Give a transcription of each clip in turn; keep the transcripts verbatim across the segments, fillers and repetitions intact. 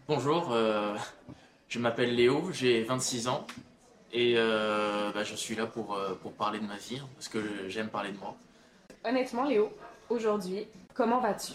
Bonjour, euh, je m'appelle Léo, j'ai vingt-six ans et euh, bah, je suis là pour, euh, pour parler de ma vie hein, parce que j'aime parler de moi. Honnêtement, Léo, aujourd'hui, comment vas-tu?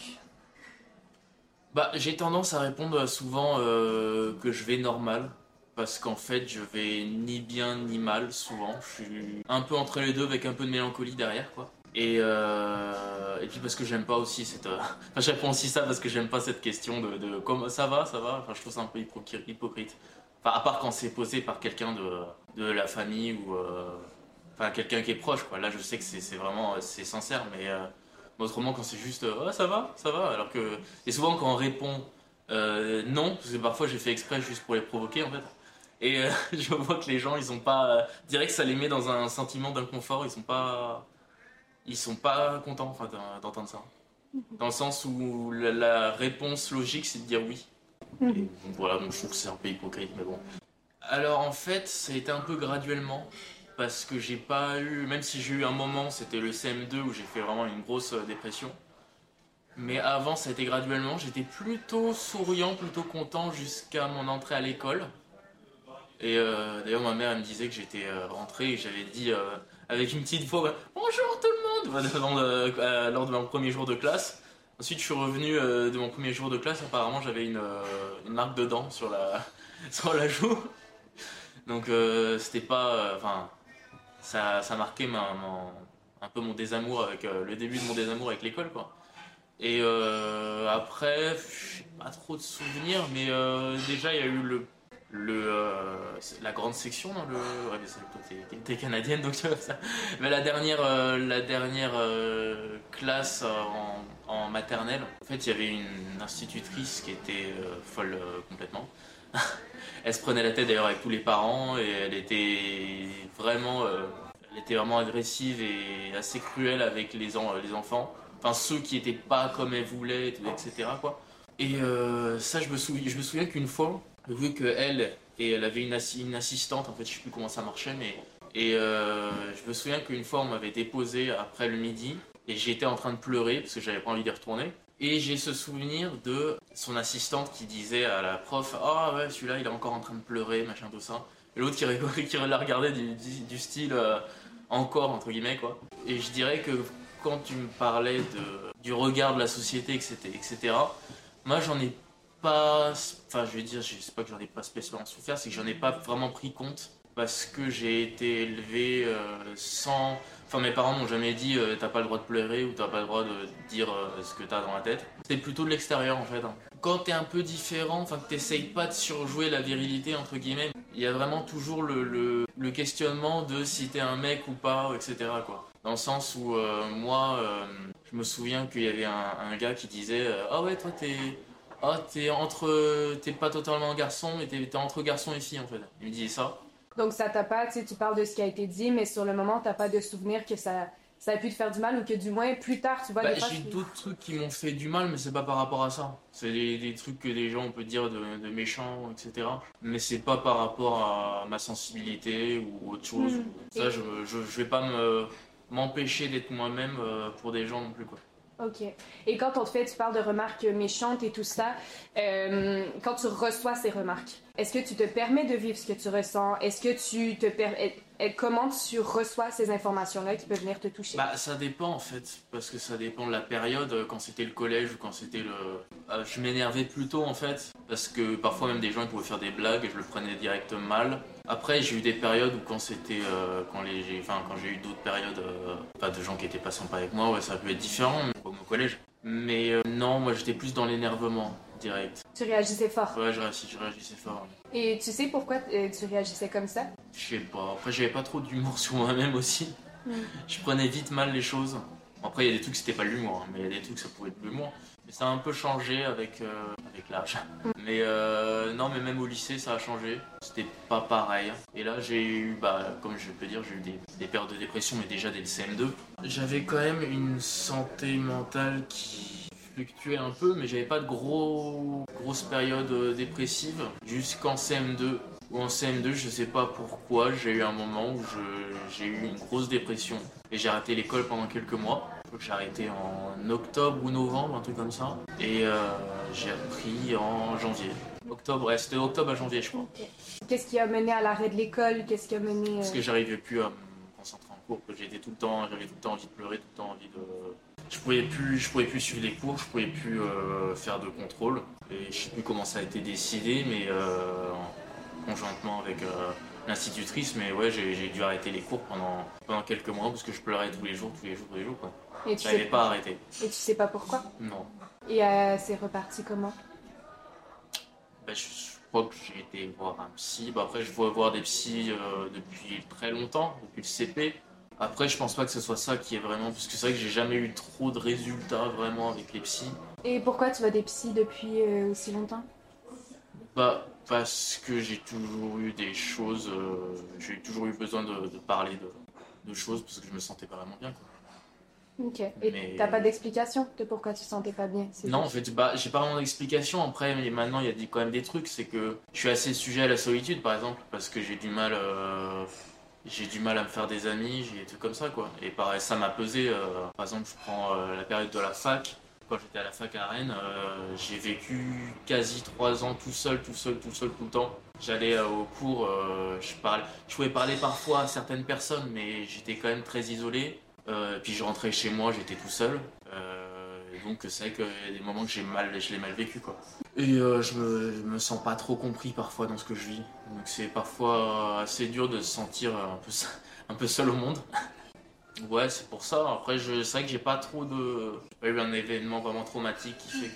Bah, j'ai tendance à répondre souvent euh, que je vais normal parce qu'en fait je vais ni bien ni mal souvent. Je suis un peu entre les deux avec un peu de mélancolie derrière quoi. Et, euh, et puis parce que j'aime pas aussi cette... euh, Enfin je réponds aussi ça parce que j'aime pas cette question de, de comment ça va, ça va. Enfin je trouve ça un peu hypocr- hypocrite. Enfin à part quand c'est posé par quelqu'un de, de la famille ou... euh, Enfin quelqu'un qui est proche quoi. Là je sais que c'est c'est vraiment... c'est sincère mais... euh, mais autrement quand c'est juste... euh, ouais ça va, ça va. Alors que... Et souvent quand on répond euh, non, parce que parfois j'ai fait exprès juste pour les provoquer en fait. Et euh, je vois que les gens ils ont pas... euh, direct ça les met dans un sentiment d'inconfort, ils sont pas ils sont pas contents enfin, d'entendre ça. Dans le sens où la, la réponse logique c'est de dire oui. Et Mhm. donc voilà, donc je trouve que c'est un peu hypocrite, mais bon. Alors en fait, ça a été un peu graduellement, parce que j'ai pas eu, même si j'ai eu un moment, c'était le C M deux où j'ai fait vraiment une grosse euh, dépression. Mais avant, ça a été graduellement, j'étais plutôt souriant, plutôt content jusqu'à mon entrée à l'école. Et euh, d'ailleurs, ma mère elle me disait que j'étais euh, rentré et j'avais dit euh, avec une petite voix bonjour tout le monde devant, euh, euh, lors de mon premier jour de classe. Ensuite, je suis revenu euh, de mon premier jour de classe. Apparemment, j'avais une, euh, une marque de dents sur la, sur la joue. Donc, euh, c'était pas. euh, Enfin, ça, ça marquait ma, mon- un peu mon désamour avec euh, le début de mon désamour avec l'école, quoi. Et euh, après, j'ai pas trop de souvenirs, mais euh, déjà il y a eu le, le euh, la grande section dans le. Ouais, mais ça, toi t'es, t'es- t'es canadienne donc tu vois ça. Mais la dernière, euh, la dernière euh, classe euh, en, en maternelle, en fait il y avait une institutrice qui était euh, folle euh, complètement. Elle se prenait la tête d'ailleurs avec tous les parents et elle était vraiment, euh, elle était vraiment agressive et assez cruelle avec les, en- les enfants. Enfin ceux qui étaient pas comme elle voulait, et cetera quoi. Et euh, ça je me souviens, je me souviens qu'une fois, vu que elle et elle avait une, assi- une assistante, en fait je sais plus comment ça marchait, mais et euh, je me souviens qu'une fois on m'avait déposé après le midi et j'étais en train de pleurer parce que j'avais pas envie d'y retourner. Et j'ai ce souvenir de son assistante qui disait à la prof ah ouais celui-là il est encore en train de pleurer machin tout ça. Et l'autre qui, rigolait- qui la regardait du, du, du style euh, encore entre guillemets quoi. Et je dirais que quand tu me parlais de, du regard de la société et cetera, et cetera moi j'en ai pas, enfin je vais dire, je sais pas que j'en ai pas spécialement souffert, c'est que j'en ai pas vraiment pris compte parce que j'ai été élevé euh, sans, enfin mes parents m'ont jamais dit euh, t'as pas le droit de pleurer ou t'as pas le droit de dire euh, ce que t'as dans la tête. C'était plutôt de l'extérieur en fait. Hein. Quand t'es un peu différent, enfin que t'essayes pas de surjouer la virilité entre guillemets, il y a vraiment toujours le, le, le questionnement de si t'es un mec ou pas, et cetera quoi. Dans le sens où euh, moi, euh, je me souviens qu'il y avait un, un gars qui disait euh, ah ouais toi t'es ah, t'es entre. T'es pas totalement un garçon, mais t'es, t'es entre garçon et fille en fait. Il me disait ça. Donc ça t'a pas, tu sais, tu parles de ce qui a été dit, mais sur le moment, t'as pas de souvenir que ça, ça a pu te faire du mal ou que du moins plus tard, tu vois, Bah, des fois, j'ai c'est... d'autres trucs qui m'ont fait du mal, mais c'est pas par rapport à ça. C'est des, des trucs que des gens on peut dire de, de méchants, et cetera. Mais c'est pas par rapport à ma sensibilité ou autre chose. Hmm. Ça, Et, je, je, je vais pas me, m'empêcher d'être moi-même euh, pour des gens non plus, quoi. ok. Et quand on te fait, tu parles de remarques méchantes et tout ça, euh, quand tu reçois ces remarques, est-ce que tu te permets de vivre ce que tu ressens? Est-ce que tu te permets... Comment tu reçois ces informations-là qui peuvent venir te toucher? Bah ça dépend en fait, parce que ça dépend de la période, euh, quand c'était le collège ou quand c'était le... Euh, je m'énervais plutôt en fait, parce que parfois même des gens ils pouvaient faire des blagues et je le prenais direct mal. Après j'ai eu des périodes où quand c'était... euh, quand les, j'ai, enfin quand j'ai eu d'autres périodes, euh, pas de gens qui étaient pas sympas avec moi, ouais ça peut être différent, comme au collège. Mais euh, non, moi j'étais plus dans l'énervement direct. Tu réagissais fort. Ouais je réagissais, je réagissais fort. Et tu sais pourquoi euh, tu réagissais comme ça? Je sais pas, après j'avais pas trop d'humour sur moi-même aussi. Je prenais vite mal les choses. Après, il y a des trucs, c'était pas de l'humour, hein, mais il y a des trucs, ça pouvait être de l'humour. Mais ça a un peu changé avec, euh, avec l'âge. Mais euh, non, mais même au lycée, ça a changé. C'était pas pareil. Et là, j'ai eu, bah, comme je peux dire, j'ai eu des, des périodes de dépression, mais déjà dès le C M deux. J'avais quand même une santé mentale qui fluctuait un peu, mais j'avais pas de gros, grosses périodes euh, dépressives jusqu'en C M deux. Ou en C M deux, je sais pas pourquoi, j'ai eu un moment où je, j'ai eu une grosse dépression. Et j'ai arrêté l'école pendant quelques mois. Je crois que j'ai arrêté en octobre ou novembre, un truc comme ça. Et euh, j'ai repris en janvier. Octobre, ouais, c'était octobre à janvier, je crois. Ok. Qu'est-ce qui a mené à l'arrêt de l'école? Qu'est-ce qui a mené... euh, Parce que j'arrivais plus à me concentrer en cours, que j'étais tout le temps, j'avais tout le temps envie de pleurer, tout le temps envie de... Je pouvais plus, je pouvais plus suivre les cours, je pouvais plus euh, faire de contrôle. Et je sais plus comment ça a été décidé, mais euh, en- conjointement avec euh, l'institutrice, mais ouais, j'ai j'ai dû arrêter les cours pendant, pendant quelques mois parce que je pleurais tous les jours, tous les jours, tous les jours, quoi. Et tu J'arrivais sais, pas à arrêter. et tu sais pas pourquoi? Non. Et euh, c'est reparti comment? Bah, je, je crois que j'ai été voir un psy. Bah, après, je vois voir des psys euh, depuis très longtemps, depuis le C P. Après, je pense pas que ce soit ça qui est vraiment. Parce que c'est vrai que j'ai jamais eu trop de résultats vraiment avec les psys. Et pourquoi tu vas des psys depuis euh, aussi longtemps? Bah, parce que j'ai toujours eu des choses. euh, j'ai toujours eu besoin de, de parler de, de choses parce que je me sentais pas vraiment bien, quoi. Ok. Et Mais- t'as pas d'explication de pourquoi tu te sentais pas bien? C'est Non, en juste- fait, bah, j'ai pas vraiment d'explication. Après, mais maintenant, il y a des- quand même des trucs. C'est que je suis assez sujet à la solitude, par exemple, parce que j'ai du mal, euh, j'ai du mal à me faire des amis, j'ai des trucs comme ça, quoi. Et pareil, ça m'a pesé. euh, par exemple, je prends euh, la période de la fac. Quand j'étais à la fac à Rennes, euh, j'ai vécu quasi trois ans tout seul, tout seul, tout seul, tout le temps. J'allais euh, au cours, euh, je parlais, je pouvais parler parfois à certaines personnes, mais j'étais quand même très isolé. Euh, puis je rentrais chez moi, j'étais tout seul. Euh, et donc c'est vrai qu'il y a des moments que j'ai mal, je l'ai mal vécu, quoi. Et euh, je, me, je me sens pas trop compris parfois dans ce que je vis. Donc c'est parfois assez dur de se sentir un peu, se- un peu seul au monde. Ouais, c'est pour ça. Après, je, c'est vrai que j'ai pas trop de... J'ai pas eu un événement vraiment traumatique qui fait que...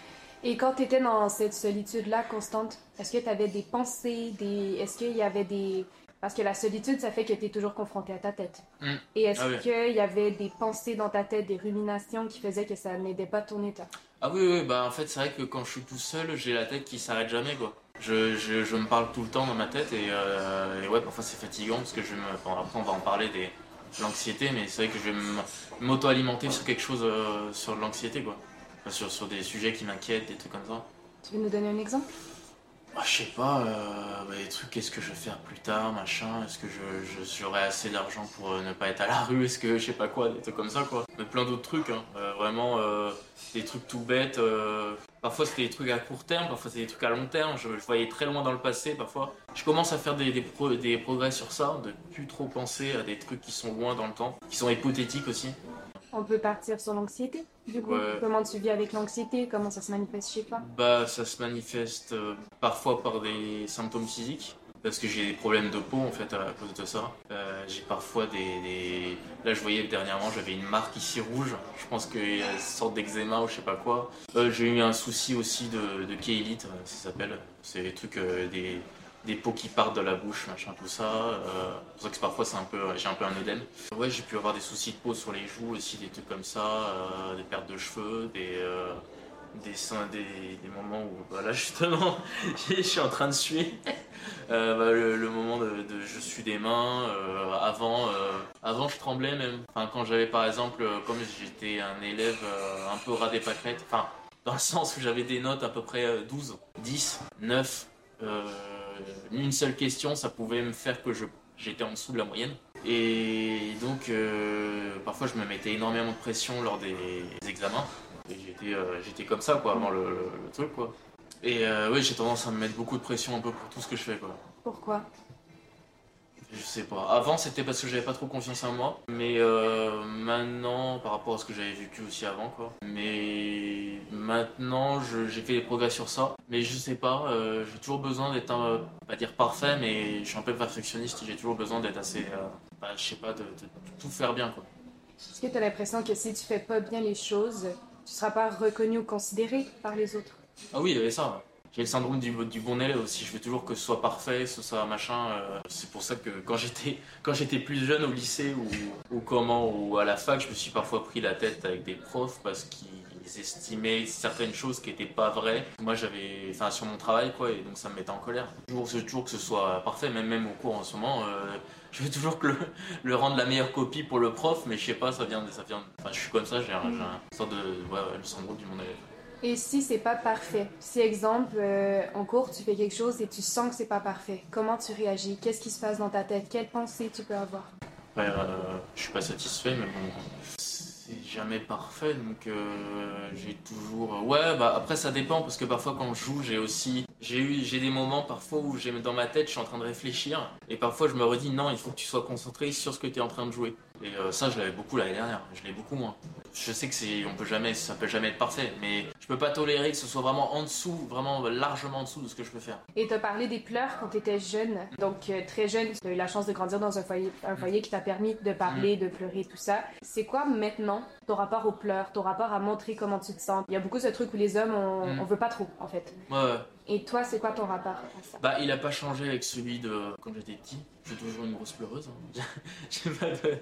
Et quand tu étais dans cette solitude-là constante, est-ce que tu avais des pensées, des... est-ce qu'il y avait des... Parce que la solitude, ça fait que tu es toujours confronté à ta tête. Mm. Et est-ce Ah oui. qu'il y avait des pensées dans ta tête, des ruminations qui faisaient que ça n'aidait pas ton état? Ah oui, oui, bah en fait, c'est vrai que quand je suis tout seul, j'ai la tête qui s'arrête jamais, quoi. Je, je, je me parle tout le temps dans ma tête et, euh, et ouais, parfois c'est fatigant parce que je me... Bon, après, on va en parler des... de l'anxiété, mais c'est vrai que je vais m- m'auto-alimenter sur quelque chose, euh, sur de l'anxiété, quoi. Enfin, sur, sur des sujets qui m'inquiètent, des trucs comme ça. Tu veux nous donner un exemple? Bah, je sais pas, euh, bah, des trucs, qu'est-ce que je vais faire plus tard, machin, est-ce que je, je- j'aurai assez d'argent pour euh, ne pas être à la rue, est-ce que je sais pas quoi, des trucs comme ça, quoi. Mais plein d'autres trucs, hein. Euh, vraiment euh, des trucs tout bêtes. euh, Parfois c'était des trucs à court terme, parfois c'est des trucs à long terme, je, je voyais très loin dans le passé parfois. Je commence à faire des, des, pro- des progrès sur ça, de plus trop penser à des trucs qui sont loin dans le temps, qui sont hypothétiques aussi. On peut partir sur l'anxiété, du coup. Ouais. Comment tu vis avec l'anxiété? Comment ça se manifeste chez toi? Bah, ça se manifeste euh, parfois par des symptômes physiques, parce que j'ai des problèmes de peau en fait à cause de ça. Euh, j'ai parfois des, des- Là, je voyais dernièrement, j'avais une marque ici rouge. Je pense qu'il y a une sorte d'eczéma ou je sais pas quoi. Euh, j'ai eu un souci aussi de, de kéylite, euh, ça s'appelle. C'est des trucs, euh, des, des peaux qui partent de la bouche, machin, tout ça. Euh, c'est pour ça que parfois c'est un peu, j'ai un peu un œdème. Ouais, j'ai pu avoir des soucis de peau sur les joues aussi, des trucs comme ça, euh, des pertes de cheveux, des, euh, des, seins- des, des moments où, voilà, justement, je suis en train de suer. Euh, bah, le, le moment de, de je suis des mains. euh, avant, euh, avant, je tremblais même. Enfin, quand j'avais par exemple, euh, comme j'étais un élève euh, un peu ras des pâquerettes, enfin, dans le sens où j'avais des notes à peu près euh, douze, dix, neuf. Euh, une seule question, ça pouvait me faire que je, j'étais en dessous de la moyenne. Et donc, euh, parfois, je me mettais énormément de pression lors des, des examens. Et j'étais, euh, j'étais comme ça, quoi, avant le, le- le truc, quoi. Et euh, oui, j'ai tendance à me mettre beaucoup de pression un peu pour tout ce que je fais, quoi. Pourquoi? Je sais pas. Avant, c'était parce que j'avais pas trop confiance en moi. Mais euh, maintenant, par rapport à ce que j'avais vécu aussi avant, quoi. Mais maintenant, je- j'ai fait des progrès sur ça. Mais je sais pas, euh, j'ai toujours besoin d'être, un, pas dire parfait, mais je suis un peu perfectionniste. J'ai toujours besoin d'être assez, euh, bah, je sais pas, de, de- de tout faire bien, quoi. Est-ce que tu as l'impression que si tu fais pas bien les choses, tu seras pas reconnu ou considéré par les autres? Ah oui, il y avait ça. Ouais. J'ai le syndrome du, du bon élève aussi. Je veux toujours que ce soit parfait, que ce soit machin. euh, c'est pour ça que quand j'étais quand j'étais plus jeune au lycée ou, ou comment ou à la fac, je me suis parfois pris la tête avec des profs parce qu'ils estimaient certaines choses qui n'étaient pas vraies. Moi, j'avais, enfin, sur mon travail, quoi, et donc ça me mettait en colère. Toujours, je veux toujours que ce soit parfait, même même au cours en ce moment. euh, je veux toujours que le, le rendre la meilleure copie pour le prof, mais je sais pas, ça vient, ça vient. Enfin, je suis comme ça. J'ai un, j'ai un sorte de, ouais, ouais, le syndrome du bon élève. Et si c'est pas parfait? Si, exemple, euh, en cours, tu fais quelque chose et tu sens que c'est pas parfait, comment tu réagis? Qu'est-ce qui se passe dans ta tête? Quelles pensées tu peux avoir? Après, euh, je suis pas satisfait, mais bon, c'est- jamais parfait, donc euh, j'ai toujours... Ouais, bah après ça dépend, parce que parfois quand je joue, j'ai aussi... J'ai eu j'ai des moments parfois où j'ai dans ma tête, je suis en train de réfléchir, et parfois je me redis, non, il faut que tu sois concentré sur ce que tu es en train de jouer. Et euh, ça, je l'avais beaucoup l'année dernière, je l'ai beaucoup moins. Je sais que c'est, on peut jamais, ça peut jamais être parfait, mais je peux pas tolérer que ce soit vraiment en dessous, vraiment largement en dessous de ce que je peux faire. Et t'as parlé des pleurs quand t'étais jeune, donc euh, très jeune, t'as eu la chance de grandir dans un foyer, un foyer qui t'a permis de parler, de pleurer, tout ça. C'est quoi maintenant ton rapport aux pleurs, ton rapport à montrer comment tu te sens? Il y a beaucoup ce truc où les hommes, on, mm. on veut pas trop, en fait. Ouais. Et toi, c'est quoi ton rapport à ça? Bah, il a pas changé avec celui de quand j'étais petit. J'ai toujours une grosse pleureuse. Hein. J'ai pas de...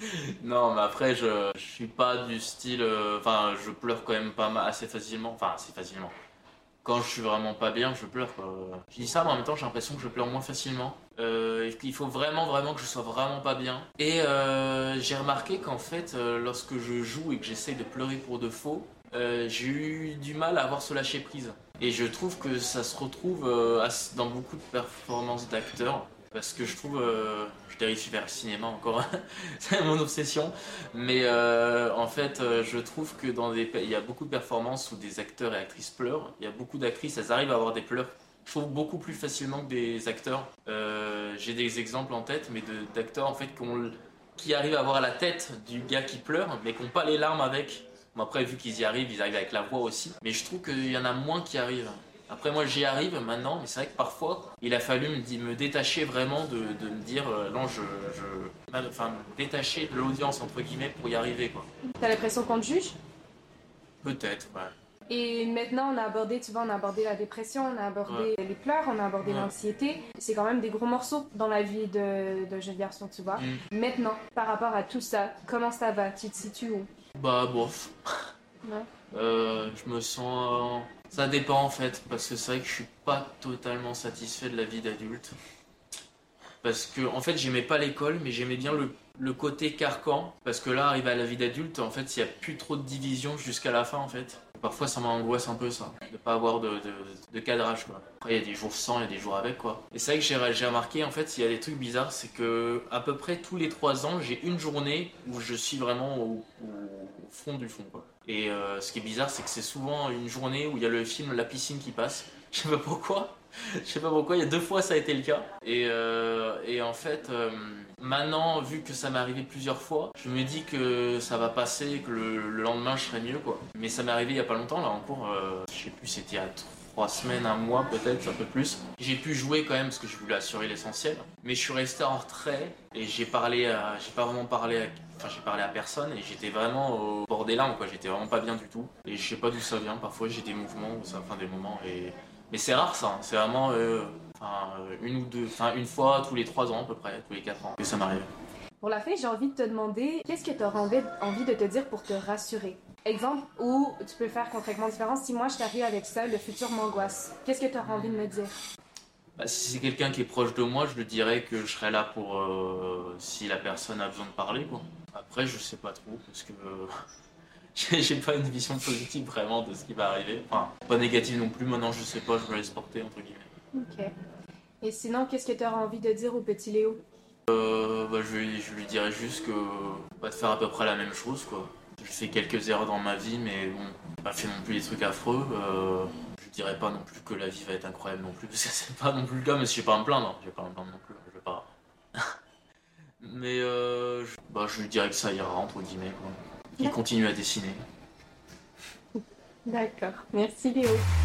Non, mais après, je, je suis pas du style... Enfin, euh, je pleure quand même pas mal, assez facilement. Enfin, assez facilement. Quand je suis vraiment pas bien, je pleure, quoi. Je dis ça, mais en même temps, j'ai l'impression que je pleure moins facilement. Euh, il faut vraiment, vraiment que je sois vraiment pas bien. Et euh, j'ai remarqué qu'en fait, euh, lorsque je joue et que j'essaye de pleurer pour de faux, euh, j'ai eu du mal à avoir ce lâcher prise. Et je trouve que ça se retrouve euh, dans beaucoup de performances d'acteurs. Parce que je trouve, euh, je dérive vers le cinéma encore, c'est mon obsession, mais euh, en fait, euh, je trouve que dans des, il y a beaucoup de performances où des acteurs et actrices pleurent. Il y a beaucoup d'actrices, elles arrivent à avoir des pleurs, je trouve, beaucoup plus facilement que des acteurs. Euh, j'ai des exemples en tête, mais de, d'acteurs en fait qui arrivent à avoir la tête du gars qui pleure, mais qui n'ont pas les larmes avec. Bon, après, vu qu'ils y arrivent, ils arrivent avec la voix aussi, mais je trouve qu'il y en a moins qui arrivent. Après, moi, j'y arrive maintenant, mais c'est vrai que parfois, il a fallu me, me détacher vraiment de, de me dire, euh, non, je, je, enfin, me détacher de l'audience, entre guillemets, pour y arriver, quoi. T'as l'impression qu'on te juge? Peut-être, ouais. Et maintenant, on a abordé, tu vois, on a abordé la dépression, on a abordé ouais. les pleurs, on a abordé ouais. l'anxiété. C'est quand même des gros morceaux dans la vie de, de jeune garçon, tu vois. Mm. Maintenant, par rapport à tout ça, comment ça va? Tu te situes où? Bah, bof. Ouais. Euh, je me sens... Ça dépend en fait, parce que c'est vrai que je suis pas totalement satisfait de la vie d'adulte. Parce que en fait j'aimais pas l'école, mais j'aimais bien le, le côté carcan. Parce que là, arrivé à la vie d'adulte, en fait, il n'y a plus trop de division jusqu'à la fin en fait. Parfois ça m'angoisse un peu ça, de pas avoir de, de, de cadrage quoi. Après il y a des jours sans, il y a des jours avec quoi. Et c'est vrai que j'ai, j'ai remarqué en fait, il y a des trucs bizarres, c'est que à peu près tous les trois ans, j'ai une journée où je suis vraiment au, au, au fond du fond quoi. Et euh, ce qui est bizarre, c'est que c'est souvent une journée où il y a le film La piscine qui passe. Je sais pas pourquoi. Je sais pas pourquoi, il y a deux fois ça a été le cas. Et, euh, et en fait, euh, maintenant, vu que ça m'est arrivé plusieurs fois, je me dis que ça va passer, que le, le lendemain je serai mieux quoi. Mais ça m'est arrivé il y a pas longtemps, là en cours, euh, je sais plus, c'était il y a trois semaines, un mois peut-être, un peu plus. J'ai pu jouer quand même parce que je voulais assurer l'essentiel. Mais je suis resté en retrait et j'ai parlé à, j'ai pas vraiment parlé à, enfin j'ai parlé à personne et j'étais vraiment au bord des larmes quoi. J'étais vraiment pas bien du tout. Et je sais pas d'où ça vient. Parfois j'ai des mouvements ou ça, enfin des moments et mais c'est rare ça. C'est vraiment euh, enfin, une ou deux, enfin une fois tous les trois ans à peu près, tous les quatre ans que ça m'arrive. Pour la fin, j'ai envie de te demander qu'est-ce que tu auras envie, envie de te dire pour te rassurer. Exemple où tu peux faire concrètement différent. Si moi je t'arrive avec ça, le futur m'angoisse. Qu'est-ce que tu auras envie de me dire? Bah, si c'est quelqu'un qui est proche de moi, je lui dirais que je serai là pour euh, si la personne a besoin de parler quoi. Après je sais pas trop parce que euh, j'ai, j'ai pas une vision positive vraiment de ce qui va arriver. Enfin pas négative non plus, maintenant je sais pas, je me laisse porter entre guillemets. Ok. Et sinon qu'est-ce que tu auras envie de dire au petit Léo? euh, bah, je, lui, je lui dirais juste que pas de faire à peu près la même chose quoi. J'ai fait quelques erreurs dans ma vie mais bon, j'ai pas fait non plus des trucs affreux. Euh... Je dirais pas non plus que la vie va être incroyable non plus, parce que c'est pas non plus le cas, mais je vais pas à me plaindre, je vais pas à me plaindre non plus, je vais pas... mais euh, je, bah, je lui dirais que ça ira, entre guillemets, quoi. Qu'il continue à dessiner. D'accord, merci Léo.